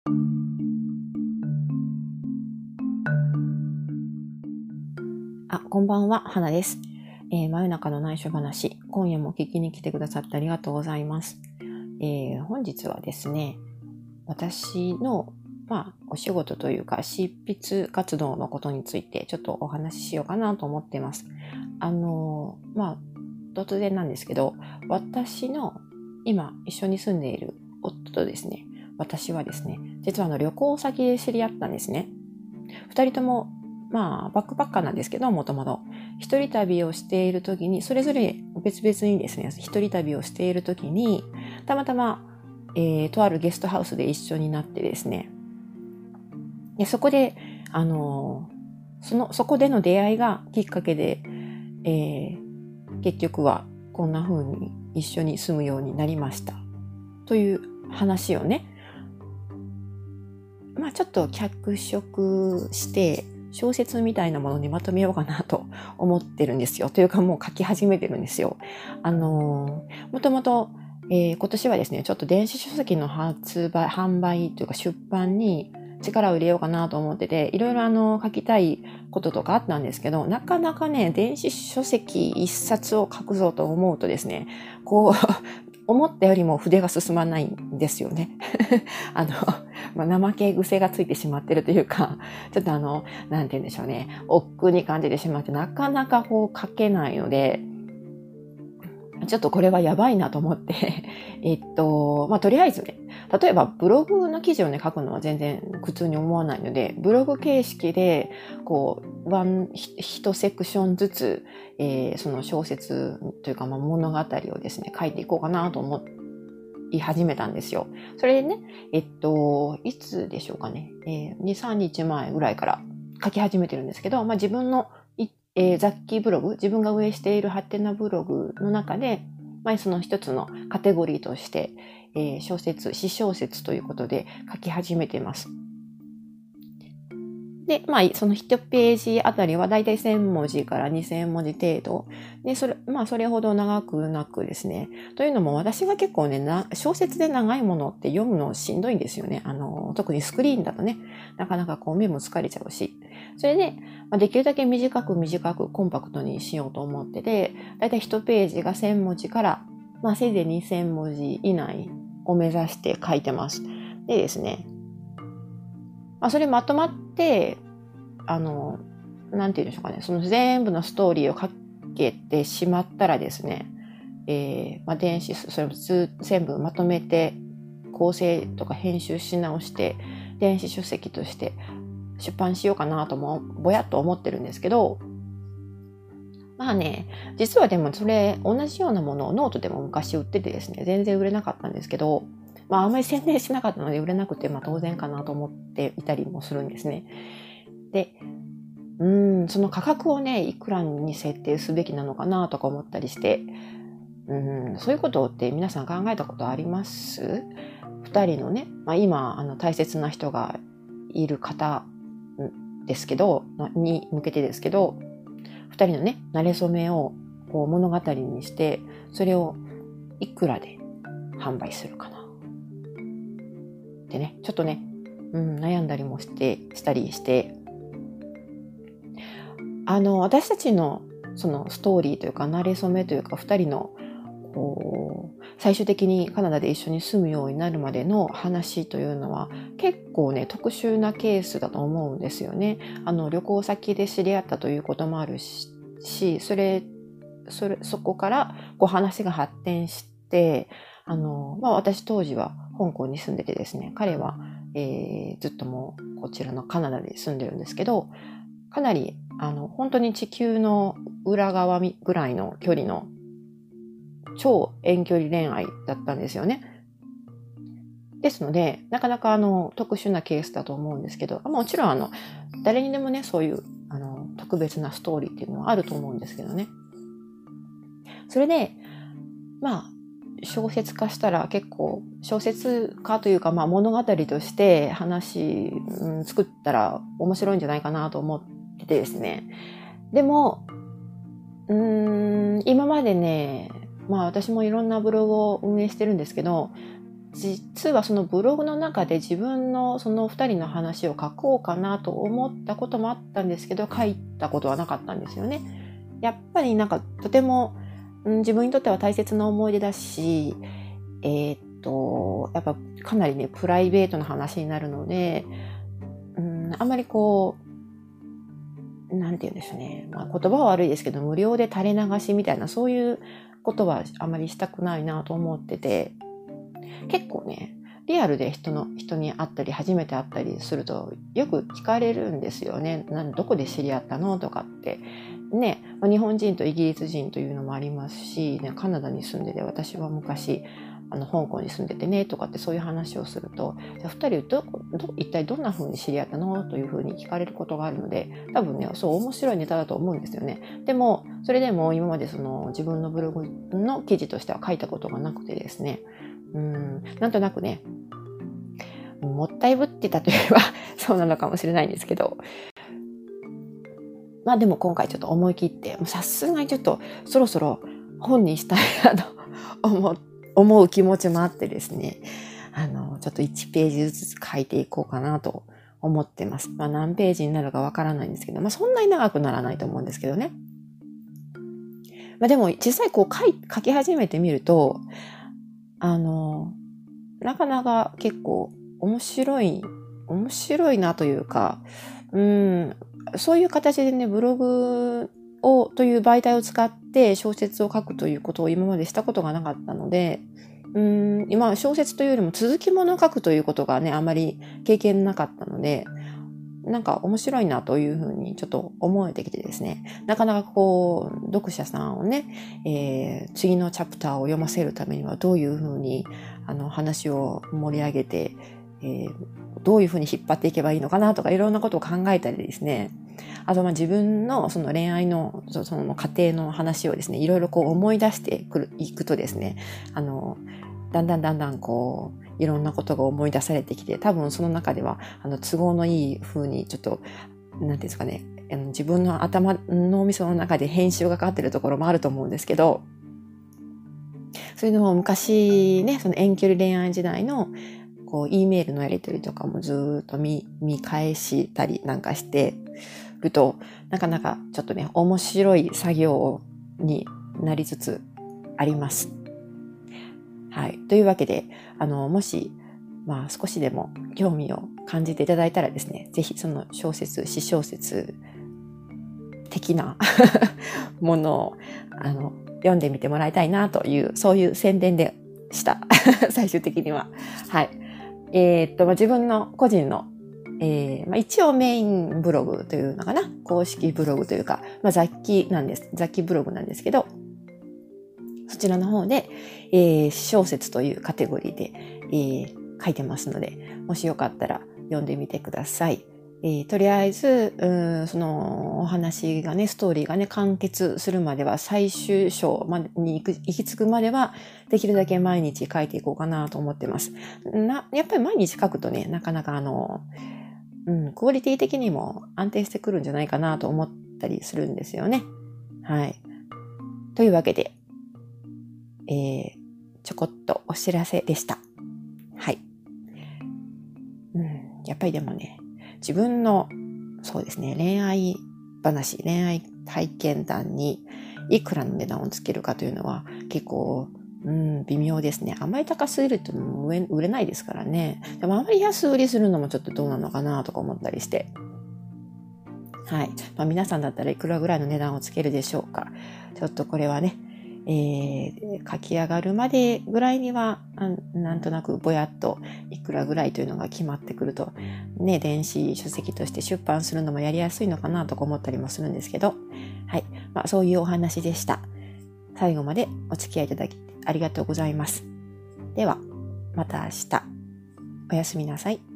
こんばんは、花です。真夜中の内緒話、今夜も聞きに来てくださってありがとうございます。本日はですね、私の、お仕事というか、執筆活動のことについてちょっとお話ししようかなと思っています。突然なんですけど、私の今一緒に住んでいる夫とですね、私はですね、実は旅行先で知り合ったんですね。二人ともバックパッカーなんですけど、もともと一人旅をしている時に、それぞれ別々にですね、一人旅をしている時に、たまたま、とあるゲストハウスで一緒になってですね、でそこで、そこでの出会いがきっかけで、結局はこんな風に一緒に住むようになりましたという話をね、ちょっと脚色して小説みたいなものにまとめようかなと思ってるんですよ。というかもう書き始めてるんですよ。もともと今年はですね、ちょっと電子書籍の販売というか出版に力を入れようかなと思ってて、いろいろ書きたいこととかあったんですけど、なかなかね、電子書籍一冊を書くぞと思うとですね、思ったよりも筆が進まないんですよね。怠け癖がついてしまってるというか、ちょっとなんて言うんでしょうね、億劫に感じてしまって、なかなか書けないので、ちょっとこれはやばいなと思ってとりあえずね、例えばブログの記事をね、書くのは全然苦痛に思わないので、ブログ形式で、一セクションずつ、その小説というか、物語をですね、書いていこうかなと思い始めたんですよ。それでね、いつでしょうかね、2、3日前ぐらいから書き始めてるんですけど、自分の雑記ブログ、自分が運営しているハテナブログの中で、その一つのカテゴリーとして、詩小説ということで書き始めています。で、その1ページあたりはだいたい1000文字から2000文字程度。で、それほど長くなくですね。というのも私が結構ね、小説で長いものって読むのしんどいんですよね。特にスクリーンだとね、なかなか目も疲れちゃうし。それで、できるだけ短くコンパクトにしようと思ってて、だいたい1ページが1000文字から、せいぜい2000文字以内を目指して書いてます。でですね、それまとまって、なんて言うんでしょうかね、その全部のストーリーを書けてしまったらですね、それを全部まとめて、構成とか編集し直して、電子書籍として出版しようかなとも、ぼやっと思ってるんですけど、実はでもそれ、同じようなものをノートでも昔売っててですね、全然売れなかったんですけど、あんまり宣伝しなかったので売れなくて、当然かなと思っていたりもするんですね。で、その価格をね、いくらに設定すべきなのかなとか思ったりして、そういうことって皆さん考えたことあります？二人のね、今大切な人がいる方ですけど、に向けてですけど、二人のね、馴れ初めを物語にして、それをいくらで販売するかな。でね、ちょっとね、悩んだりもしたりして、私たちのそのストーリーというか、馴れ初めというか、二人の最終的にカナダで一緒に住むようになるまでの話というのは結構ね、特殊なケースだと思うんですよね。旅行先で知り合ったということもあるし、そこから話が発展して、私当時は香港に住んでてですね、彼は、ずっともうこちらのカナダで住んでるんですけど、かなり本当に地球の裏側ぐらいの距離の超遠距離恋愛だったんですよね。ですので、なかなか特殊なケースだと思うんですけど、もちろん誰にでもね、そういう特別なストーリーっていうのはあると思うんですけどね。それで、小説化したら結構、小説家というか、物語として話、作ったら面白いんじゃないかなと思っててですね。でも、今までね、私もいろんなブログを運営してるんですけど、 実はそのブログの中で自分のその2人の話を書こうかなと思ったこともあったんですけど、書いたことはなかったんですよね。やっぱりなんかとても、自分にとっては大切な思い出だし、やっぱかなりね、プライベートな話になるので、あんまりこう、なんて言うんでしょうね。言葉は悪いですけど、無料で垂れ流しみたいな、そういうことはあまりしたくないなと思ってて、結構ね、リアルで人に会ったり、初めて会ったりすると、よく聞かれるんですよね。どこで知り合ったのとかって。ね、日本人とイギリス人というのもありますし、ね、カナダに住んでて、私は昔、香港に住んでてね、とかってそういう話をすると、じゃあ2人一体どんな風に知り合ったのという風に聞かれることがあるので、多分ね、そう面白いネタだと思うんですよね。でも、それでも今までその自分のブログの記事としては書いたことがなくてですね、なんとなくね、もったいぶってたといえばそうなのかもしれないんですけど、でも今回ちょっと思い切って、さすがにちょっとそろそろ本にしたいなと思う気持ちもあってですね、ちょっと1ページずつ書いていこうかなと思ってます。何ページになるかわからないんですけど、そんなに長くならないと思うんですけどね。でも実際こう書き始めてみると、なかなか結構面白いなというか、そういう形でね、ブログという媒体を使って小説を書くということを今までしたことがなかったので、今小説というよりも続きものを書くということがね、あまり経験なかったので、なんか面白いなというふうにちょっと思えてきてですね、なかなかこう、読者さんをね、次のチャプターを読ませるためにはどういうふうに話を盛り上げて、どういうふうに引っ張っていけばいいのかなとかいろんなことを考えたりですね、あと自分のその恋愛のその過程の話をですね、いろいろこう思い出していくとですね、だんだんこういろんなことが思い出されてきて、多分その中では都合のいい風にちょっとなんていうんですかね、自分の脳みその中で編集がかかってるところもあると思うんですけど、そういうのも昔ね、その遠距離恋愛時代のこう E メールのやり取りとかもずっと見返したりなんかしてると、なかなかちょっとね、面白い作業になりつつあります。はい。というわけで、もし、少しでも興味を感じていただいたらですね、ぜひその詩小説的なものを、読んでみてもらいたいなという、そういう宣伝でした。最終的には。はい。自分の個人の、一応メインブログというのかな、公式ブログというか、雑記ブログなんですけど、そちらの方で、小説というカテゴリーで、書いてますので、もしよかったら読んでみてください。とりあえず、そのお話がね、ストーリーがね、完結するまでは、最終章までに行き着くまでは、できるだけ毎日書いていこうかなと思ってます。やっぱり毎日書くとね、なかなかクオリティ的にも安定してくるんじゃないかなと思ったりするんですよね。はい。というわけで、ちょこっとお知らせでした。はい。やっぱりでもね、自分の、そうですね、恋愛体験談にいくらの値段をつけるかというのは結構、微妙ですね。あまり高すぎると売れないですからね。でもあまり安売りするのもちょっとどうなのかなとか思ったりして。はい。皆さんだったらいくらぐらいの値段をつけるでしょうか。ちょっとこれはね、書き上がるまでぐらいにはなんとなくぼやっといくらぐらいというのが決まってくるとね、電子書籍として出版するのもやりやすいのかなとか思ったりもするんですけど、はい、そういうお話でした。最後までお付き合いいただきありがとうございます。ではまた明日、おやすみなさい。